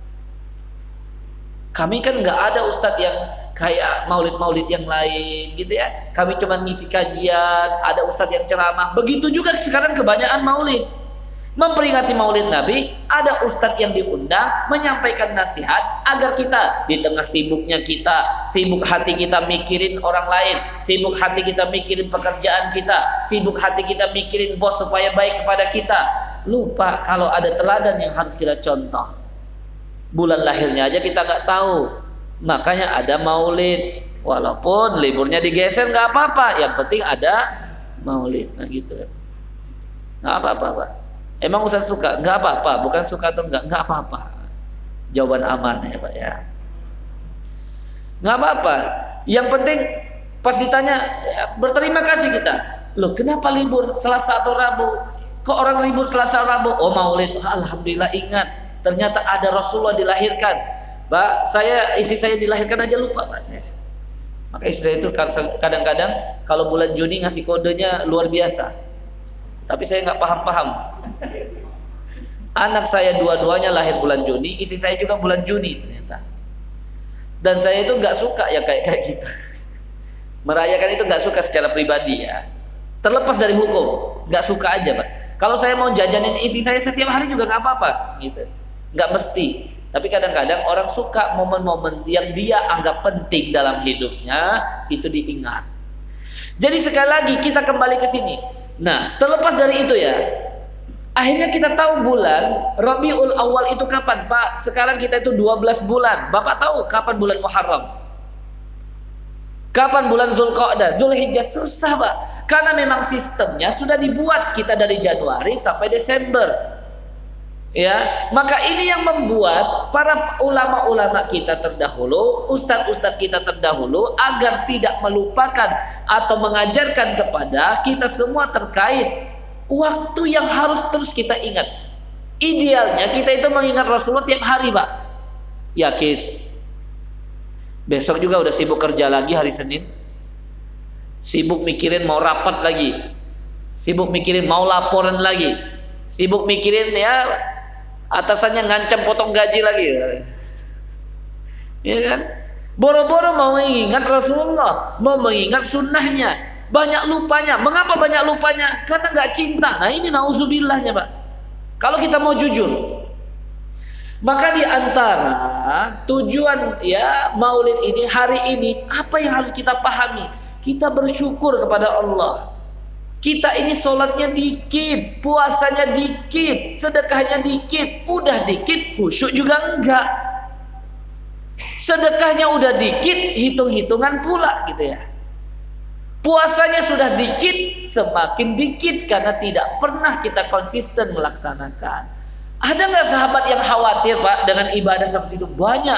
Kami kan nggak ada ustadz yang kayak maulid-maulid yang lain gitu ya. Kami cuma ngisi kajian, ada ustadz yang ceramah. Begitu juga sekarang kebanyakan maulid. Memperingati maulid Nabi, ada ustadz yang diundang menyampaikan nasihat agar kita di tengah sibuknya kita, sibuk hati kita mikirin orang lain, sibuk hati kita mikirin pekerjaan kita, sibuk hati kita mikirin bos supaya baik kepada kita, lupa kalau ada teladan yang harus kita contoh. Bulan lahirnya aja kita nggak tahu, makanya ada maulid. Walaupun liburnya digeser nggak apa-apa, yang penting ada maulid. Nah gitu, nggak apa-apa Pak. Emang Ustaz suka? Nggak apa-apa, bukan suka atau nggak, nggak apa-apa. Jawaban aman ya Pak ya. Nggak apa-apa. Yang penting pas ditanya ya, berterima kasih kita. Loh kenapa libur Selasa atau Rabu? Kok orang libur Selasa Rabu? Oh maulid. Oh, alhamdulillah ingat. Ternyata ada Rasulullah dilahirkan. Pak, saya istri saya dilahirkan aja lupa Pak saya. Maka istri saya itu kadang-kadang kalau bulan Juni ngasih kodenya luar biasa. Tapi saya nggak paham-paham. Anak saya dua-duanya lahir bulan Juni, istri saya juga bulan Juni ternyata. Dan saya itu nggak suka ya kayak kayak gitu. Merayakan itu nggak suka secara pribadi ya. Terlepas dari hukum, nggak suka aja Pak. Kalau saya mau jajanin istri saya setiap hari juga nggak apa-apa, gitu. Nggak mesti. Tapi kadang-kadang orang suka momen-momen yang dia anggap penting dalam hidupnya itu diingat. Jadi sekali lagi kita kembali ke sini. Nah, terlepas dari itu ya. Akhirnya kita tahu bulan Rabiul Awal itu kapan, Pak? Sekarang kita itu dua belas bulan. Bapak tahu kapan bulan Muharram? Kapan bulan Zulqa'dah? Zulhijjah? Susah, Pak. Karena memang sistemnya sudah dibuat kita dari Januari sampai Desember. Ya, maka ini yang membuat para ulama-ulama kita terdahulu, ustadz-ustadz kita terdahulu agar tidak melupakan atau mengajarkan kepada kita semua terkait waktu yang harus terus kita ingat. Idealnya kita itu mengingat Rasulullah tiap hari, Pak. Yakin? Besok juga udah sibuk kerja lagi hari Senin. Sibuk mikirin mau rapat lagi. Sibuk mikirin mau laporan lagi. Sibuk mikirin ya atasannya ngancam potong gaji lagi. Ya kan? Boro-boro mau mengingat Rasulullah, mau mengingat sunnahnya. Banyak lupanya. Mengapa banyak lupanya? Karena nggak cinta. Nah ini nauzubillahnya Pak. Kalau kita mau jujur, maka di antara tujuan ya maulid ini hari ini apa yang harus kita pahami? Kita bersyukur kepada Allah. Kita ini sholatnya dikit, puasanya dikit, sedekahnya dikit, udah dikit, khusyuk juga enggak. Sedekahnya udah dikit, hitung-hitungan pula gitu ya. Puasanya sudah dikit, semakin dikit karena tidak pernah kita konsisten melaksanakan. Ada nggak sahabat yang khawatir Pak dengan ibadah seperti itu? Banyak.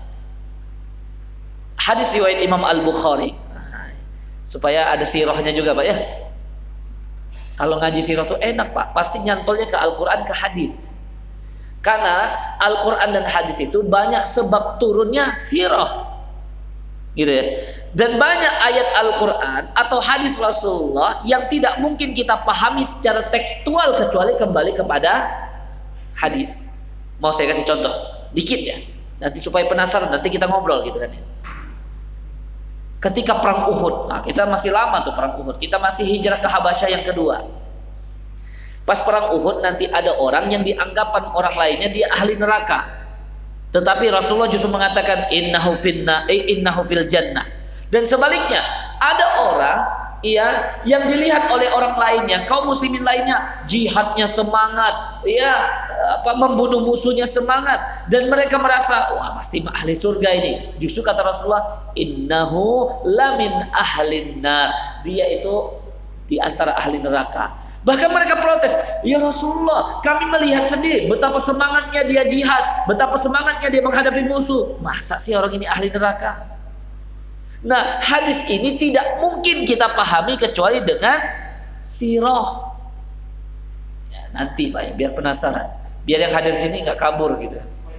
Hadis riwayat Imam Al-Bukhari. Supaya ada sirahnya juga Pak ya. Kalau ngaji sirah itu enak Pak, pasti nyantolnya ke Al-Quran, ke hadis. Karena Al-Quran dan hadis itu banyak sebab turunnya sirah, gitu ya. Dan banyak ayat Al-Quran atau hadis Rasulullah yang tidak mungkin kita pahami secara tekstual kecuali kembali kepada hadis. Mau saya kasih contoh, dikit ya, nanti supaya penasaran, nanti kita ngobrol gitu kan ya. Ketika perang Uhud, nah kita masih lama tuh perang Uhud, kita masih hijrah ke Habasyah yang kedua. Pas perang Uhud nanti ada orang yang dianggapan orang lainnya dia ahli neraka, tetapi Rasulullah justru mengatakan innahu finna, eh, innahu fil jannah. Dan sebaliknya ada orang ya yang dilihat oleh orang lainnya, kaum muslimin lainnya jihadnya semangat, ya apa membunuh musuhnya semangat, dan mereka merasa wah pasti ahli surga ini. Justru kata Rasulullah innahu lamin ahlin nar, dia itu di antara ahli neraka. Bahkan mereka protes, ya Rasulullah kami melihat sendiri betapa semangatnya dia jihad, betapa semangatnya dia menghadapi musuh, masa sih orang ini ahli neraka? Nah hadis ini tidak mungkin kita pahami kecuali dengan sirah ya, nanti Pak ya, biar penasaran, biar yang hadir sini nggak kabur gitu.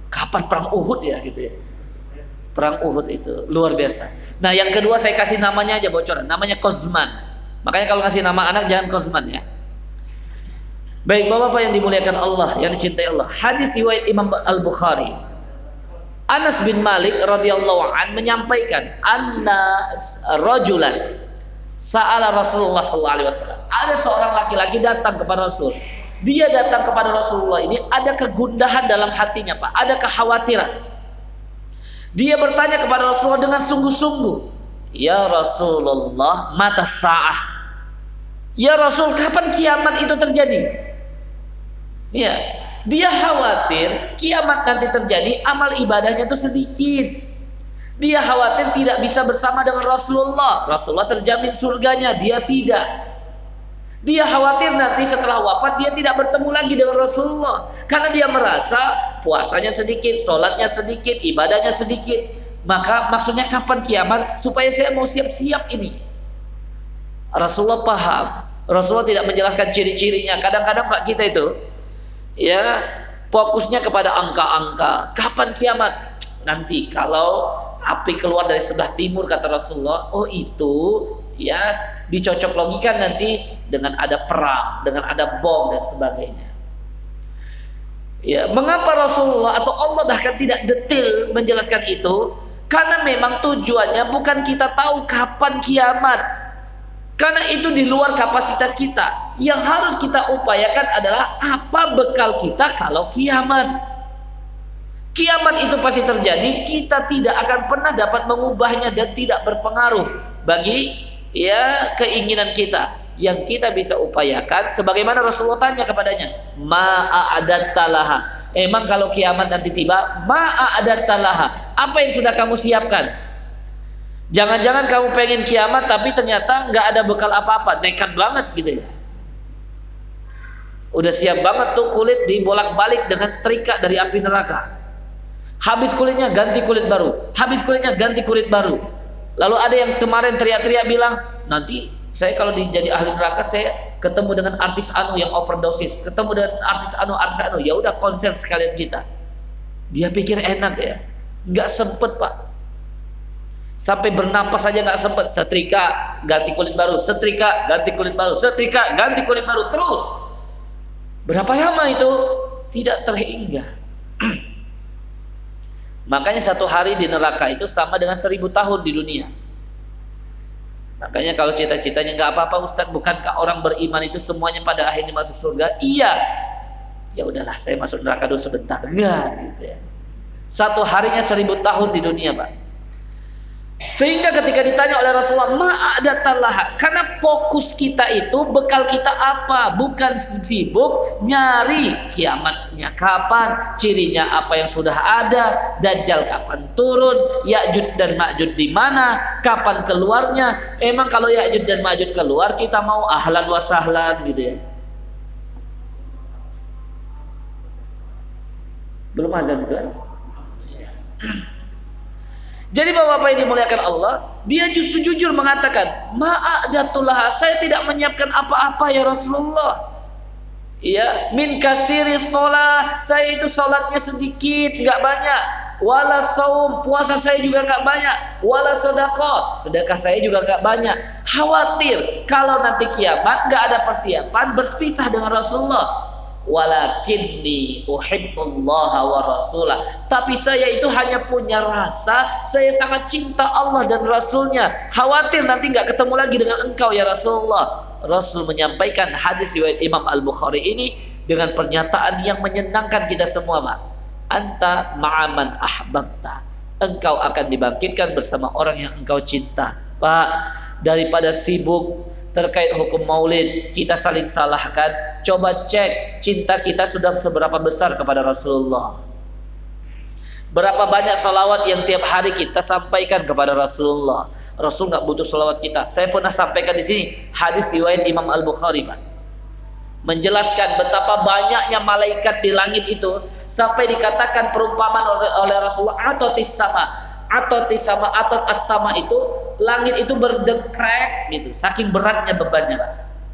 Kapan perang Uhud ya gitu ya. Perang Uhud itu luar biasa. Nah, yang kedua saya kasih namanya aja bocoran, namanya Kozman. Makanya kalau ngasih nama anak jangan Kozman ya. Baik Bapak-bapak yang dimuliakan Allah, yang dicintai Allah. Hadis riwayat Imam Al-Bukhari. Anas bin Malik radhiyallahu an menyampaikan, anna rajulan sa'ala Rasulullah sallallahu alaihi wasallam. Ada seorang laki-laki datang kepada Rasul. Dia datang kepada Rasulullah ini ada kegundahan dalam hatinya, Pak. Ada kekhawatiran. Dia bertanya kepada Rasulullah dengan sungguh-sungguh, "Ya Rasulullah, mata sa'ah?" Ya Rasul, kapan kiamat itu terjadi? Ya, dia khawatir kiamat nanti terjadi, amal ibadahnya itu sedikit. Dia khawatir tidak bisa bersama dengan Rasulullah. Rasulullah terjamin surganya, dia tidak. Dia khawatir nanti setelah wafat dia tidak bertemu lagi dengan Rasulullah, karena dia merasa puasanya sedikit, sholatnya sedikit, ibadahnya sedikit. Maka maksudnya kapan kiamat supaya saya mau siap-siap ini. Rasulullah paham. Rasulullah tidak menjelaskan ciri-cirinya. Kadang-kadang Pak kita itu ya fokusnya kepada angka-angka. Kapan kiamat? Nanti kalau api keluar dari sebelah timur, kata Rasulullah. Oh itu ya dicocok logikan nanti dengan ada perang, dengan ada bom dan sebagainya. Ya, mengapa Rasulullah atau Allah bahkan tidak detail menjelaskan itu? Karena memang tujuannya bukan kita tahu kapan kiamat. Karena itu di luar kapasitas kita. Yang harus kita upayakan adalah apa bekal kita kalau kiamat. Kiamat itu pasti terjadi, kita tidak akan pernah dapat mengubahnya dan tidak berpengaruh bagi ya keinginan kita. Yang kita bisa upayakan sebagaimana Rasulullah tanya kepadanya, ma'adattalaha. Emang kalau kiamat nanti tiba, ma'adattalaha. Apa yang sudah kamu siapkan? Jangan-jangan kamu pengen kiamat tapi ternyata nggak ada bekal apa-apa, nekat banget gitu ya. Udah siap banget tuh kulit dibolak-balik dengan setrika dari api neraka. Habis kulitnya ganti kulit baru, habis kulitnya ganti kulit baru. Lalu ada yang kemarin teriak-teriak bilang, nanti saya kalau jadi ahli neraka saya ketemu dengan artis anu yang overdosis, ketemu dengan artis anu artis anu, ya udah konser sekalian kita. Dia pikir enak ya, nggak sempet Pak. Sampai bernapas saja nggak sempet. Setrika ganti kulit baru, setrika ganti kulit baru, setrika ganti kulit baru, terus. Berapa lama itu? Tidak terhingga. Makanya satu hari di neraka itu sama dengan seribu tahun di dunia. Makanya kalau cita-citanya nggak apa-apa Ustadz, bukankah orang beriman itu semuanya pada akhirnya masuk surga? Iya. Ya udahlah saya masuk neraka dulu sebentar. Enggak gitu ya. Satu harinya seribu tahun di dunia Pak. Sehingga ketika ditanya oleh Rasulullah, ma'adatallah, karena fokus kita itu bekal kita apa? Bukan sibuk nyari kiamatnya kapan, cirinya apa yang sudah ada, Dajjal kapan turun, Ya'juj dan Ma'juj di mana, kapan keluarnya. Emang kalau Ya'juj dan Ma'juj keluar kita mau ahlan wa sahlan gitu ya. Belum azan kan? Jadi bapak-bapak yang dimuliakan Allah, dia justru jujur mengatakan, ma'adatullah, saya tidak menyiapkan apa-apa ya Rasulullah. Ya, min kasiri sholat, saya itu sholatnya sedikit, nggak banyak. Wala saum, puasa saya juga nggak banyak. Wala sedekah, sedekah saya juga nggak banyak. Khawatir kalau nanti kiamat nggak ada persiapan, berpisah dengan Rasulullah. Walakinni uhibbullaha wa rasulah, tapi saya itu hanya punya rasa saya sangat cinta Allah dan Rasulnya, khawatir nanti nggak ketemu lagi dengan engkau ya Rasulullah. Rasul menyampaikan hadis riwayat Imam Al-Bukhari ini dengan pernyataan yang menyenangkan kita semua Pak. Anta ma'aman ahbabta, engkau akan dibangkitkan bersama orang yang engkau cinta Pak. Daripada sibuk terkait hukum maulid, kita saling salahkan. Coba cek cinta kita sudah seberapa besar kepada Rasulullah. Berapa banyak salawat yang tiap hari kita sampaikan kepada Rasulullah. Rasul nggak butuh salawat kita. Saya pernah sampaikan di sini hadis riwayat Imam Al-Bukhari Pak, menjelaskan betapa banyaknya malaikat di langit itu sampai dikatakan perumpamaan oleh, oleh Rasulullah, atotis sama, atotis sama, atot as-sama itu langit itu berdekrek gitu, saking beratnya bebannya Pak.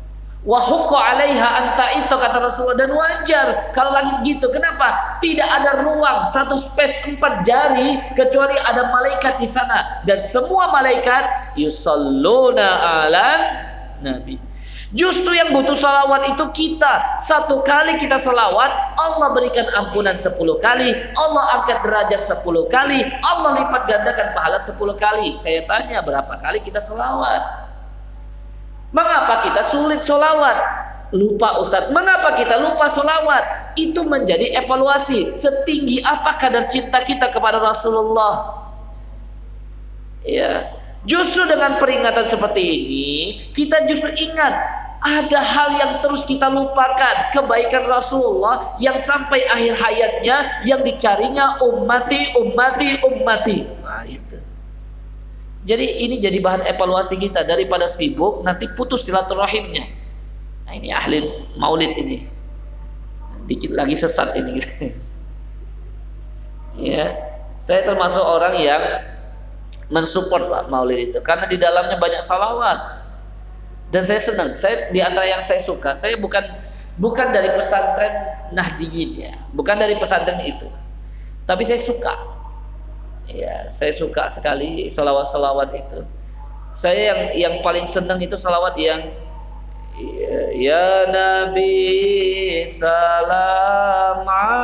Wa huqqa 'alaiha anta itu kata Rasulullah, dan wajar kalau langit gitu. Kenapa? Tidak ada ruang satu space empat jari kecuali ada malaikat di sana, dan semua malaikat yusalluna 'alan nabi. Justru yang butuh salawat itu kita. Satu kali kita salawat, Allah berikan ampunan sepuluh kali, Allah angkat derajat sepuluh kali, Allah lipat gandakan pahala sepuluh kali. Saya tanya, berapa kali kita salawat? Mengapa kita sulit solawat? Lupa Ustadz. Mengapa kita lupa solawat? Itu menjadi evaluasi. Setinggi apa kadar cinta kita kepada Rasulullah? Ya, justru dengan peringatan seperti ini, kita justru ingat ada hal yang terus kita lupakan, kebaikan Rasulullah yang sampai akhir hayatnya yang dicarinya ummati, ummati, ummati. Nah, itu. Jadi ini jadi bahan evaluasi kita, daripada sibuk nanti putus silaturahimnya. Nah, ini ahli maulid ini. Dikit lagi sesat ini. Ya, saya termasuk orang yang mensupport Pak maulid itu karena di dalamnya banyak salawat. Dan saya senang. Saya di antara yang saya suka, saya bukan bukan dari pesantren Nahdiyin ya, bukan dari pesantren itu. Tapi saya suka. Ya, saya suka sekali salawat-salawat itu. Saya yang yang paling senang itu salawat yang ya, ya Nabi salam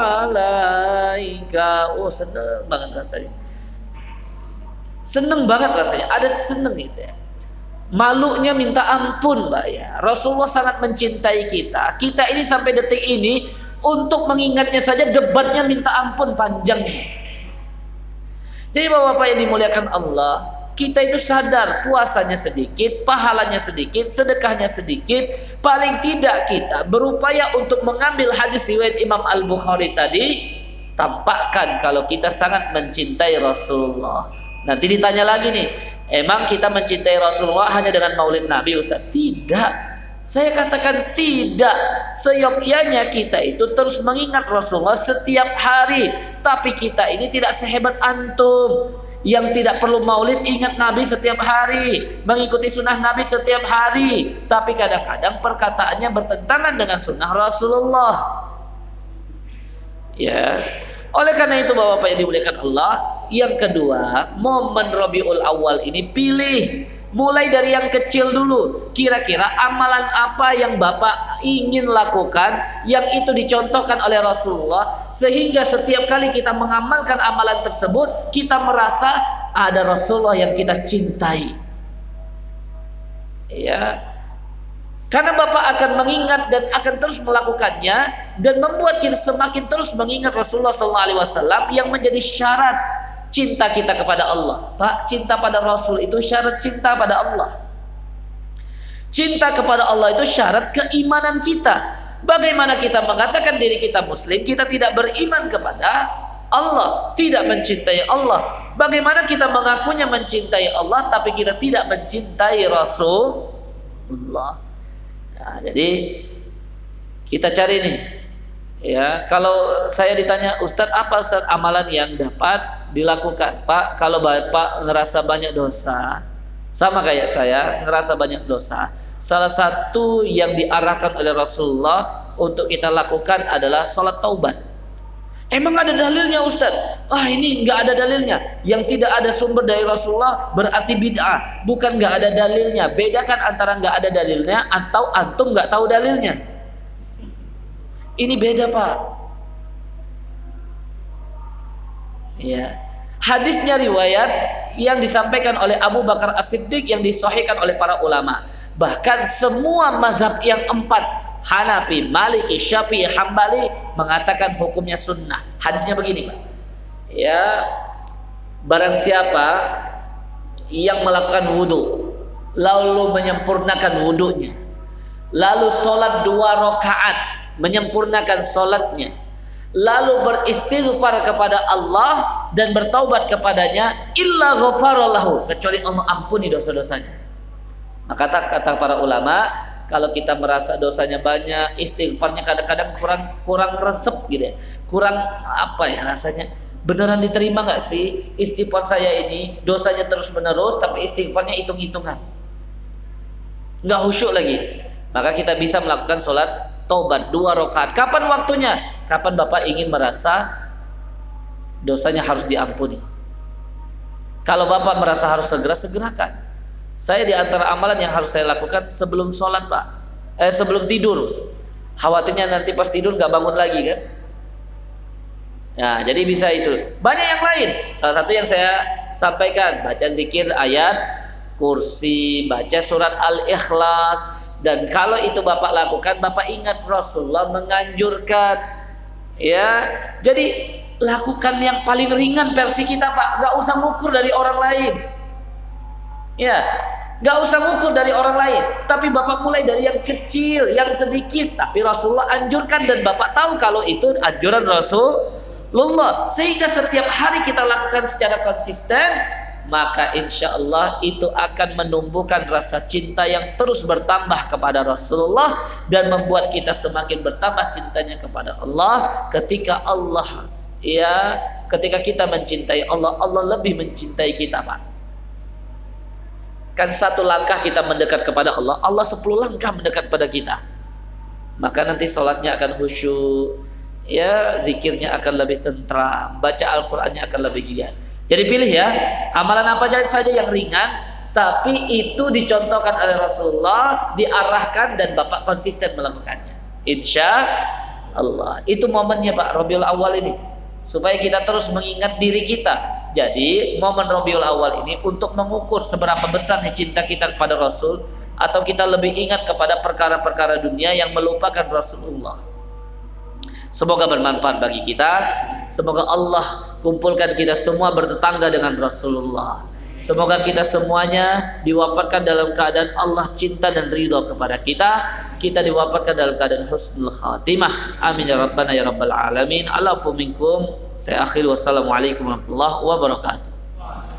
alaika. Oh, seneng banget rasanya. Seneng banget rasanya. Ada seneng itu ya. Malunya minta ampun, Mbak ya. Rasulullah sangat mencintai kita. Kita ini sampai detik ini untuk mengingatnya saja debatnya minta ampun panjangnya. Jadi Bapak-bapak yang dimuliakan Allah, kita itu sadar puasanya sedikit, pahalanya sedikit, sedekahnya sedikit. Paling tidak kita berupaya untuk mengambil hadis riwayat Imam Al-Bukhari tadi, tampakkan kalau kita sangat mencintai Rasulullah. Nanti ditanya lagi nih, emang kita mencintai Rasulullah hanya dengan maulid Nabi Ustaz? Tidak. Saya katakan tidak. Seyogyanya kita itu terus mengingat Rasulullah setiap hari. Tapi kita ini tidak sehebat antum yang tidak perlu maulid, ingat Nabi setiap hari, mengikuti sunnah Nabi setiap hari. Tapi kadang-kadang perkataannya bertentangan dengan sunnah Rasulullah. Ya. Oleh karena itu Bapak-bapak yang dimuliakan Allah, yang kedua, momen Rabiul Awal ini pilih. Mulai dari yang kecil dulu. Kira-kira amalan apa yang Bapak ingin lakukan, yang itu dicontohkan oleh Rasulullah, sehingga setiap kali kita mengamalkan amalan tersebut, kita merasa ada Rasulullah yang kita cintai. Ya. Karena Bapak akan mengingat dan akan terus melakukannya, dan membuat kita semakin terus mengingat Rasulullah shallallahu alaihi wasallam yang menjadi syarat cinta kita kepada Allah. Pak, cinta pada Rasul itu syarat cinta pada Allah. Cinta kepada Allah itu syarat keimanan kita. Bagaimana kita mengatakan diri kita muslim, kita tidak beriman kepada Allah, tidak mencintai Allah? Bagaimana kita mengakunya mencintai Allah tapi kita tidak mencintai Rasulullah? Nah, jadi kita cari nih, ya. Kalau saya ditanya, Ustadz apa Ustadz amalan yang dapat dilakukan? Pak, kalau Bapak ngerasa banyak dosa, sama kayak saya ngerasa banyak dosa, salah satu yang diarahkan oleh Rasulullah untuk kita lakukan adalah sholat taubat. Emang ada dalilnya Ustadz? Ah, ini nggak ada dalilnya. Yang tidak ada sumber dari Rasulullah berarti bid'ah. Bukan nggak ada dalilnya. Bedakan antara nggak ada dalilnya atau antum nggak tahu dalilnya. Ini beda Pak. Ya. Hadisnya riwayat yang disampaikan oleh Abu Bakar As-Siddiq yang disahihkan oleh para ulama. Bahkan semua mazhab yang empat, Hanafi, Maliki, Syafi'i, Hambali, mengatakan hukumnya sunnah. Hadisnya begini Pak. Ya, barang siapa yang melakukan wudhu lalu menyempurnakan wudhunya, lalu sholat dua rakaat menyempurnakan sholatnya, lalu beristighfar kepada Allah dan bertaubat kepadanya, illa ghafarallahu, kecuali Allah ampuni dosa-dosanya. Maka kata, kata para ulama, kalau kita merasa dosanya banyak, istighfarnya kadang-kadang kurang kurang resep gitu ya, kurang apa ya rasanya, beneran diterima nggak sih istighfar saya ini? Dosanya terus menerus tapi istighfarnya hitung-hitungan, nggak khusyuk lagi. Maka kita bisa melakukan sholat taubat dua rakaat. Kapan waktunya? Kapan Bapak ingin merasa dosanya harus diampuni. Kalau Bapak merasa harus segera, segerakan. Saya di antara amalan yang harus saya lakukan sebelum sholat, Pak. Eh sebelum tidur. Khawatirnya nanti pas tidur nggak bangun lagi kan? Ya, jadi bisa itu. Banyak yang lain. Salah satu yang saya sampaikan, baca zikir ayat kursi, baca surat Al-Ikhlas. Dan kalau itu Bapak lakukan, Bapak ingat Rasulullah menganjurkan. Ya, jadi lakukan yang paling ringan versi kita, Pak. Gak usah ngukur dari orang lain. Ya, gak usah ngukur dari orang lain. Tapi Bapak mulai dari yang kecil, yang sedikit. Tapi Rasulullah anjurkan dan Bapak tahu kalau itu anjuran Rasulullah. Sehingga setiap hari kita lakukan secara konsisten, maka insya Allah itu akan menumbuhkan rasa cinta yang terus bertambah kepada Rasulullah dan membuat kita semakin bertambah cintanya kepada Allah. Ketika Allah, ya, ketika kita mencintai Allah, Allah lebih mencintai kita, Pak. Kan satu langkah kita mendekat kepada Allah, Allah sepuluh langkah mendekat pada kita. Maka nanti sholatnya akan khusyuk, ya, zikirnya akan lebih tentram, baca Al-Qur'annya akan lebih giat. Jadi pilih ya, amalan apa saja yang ringan, tapi itu dicontohkan oleh Rasulullah, diarahkan dan Bapak konsisten melakukannya. Insya Allah. Itu momennya Pak, Rabiul Awal ini. Supaya kita terus mengingat diri kita. Jadi momen Rabiul Awal ini untuk mengukur seberapa besarnya cinta kita kepada Rasul, atau kita lebih ingat kepada perkara-perkara dunia yang melupakan Rasulullah. Semoga bermanfaat bagi kita. Semoga Allah kumpulkan kita semua bertetangga dengan Rasulullah. Semoga kita semuanya diwafatkan dalam keadaan Allah cinta dan ridho kepada kita. Kita diwafatkan dalam keadaan husnul khatimah. Amin ya rabbana ya rabbal alamin. Alafu minkum. Saya akhir, wassalamualaikum warahmatullahi wabarakatuh.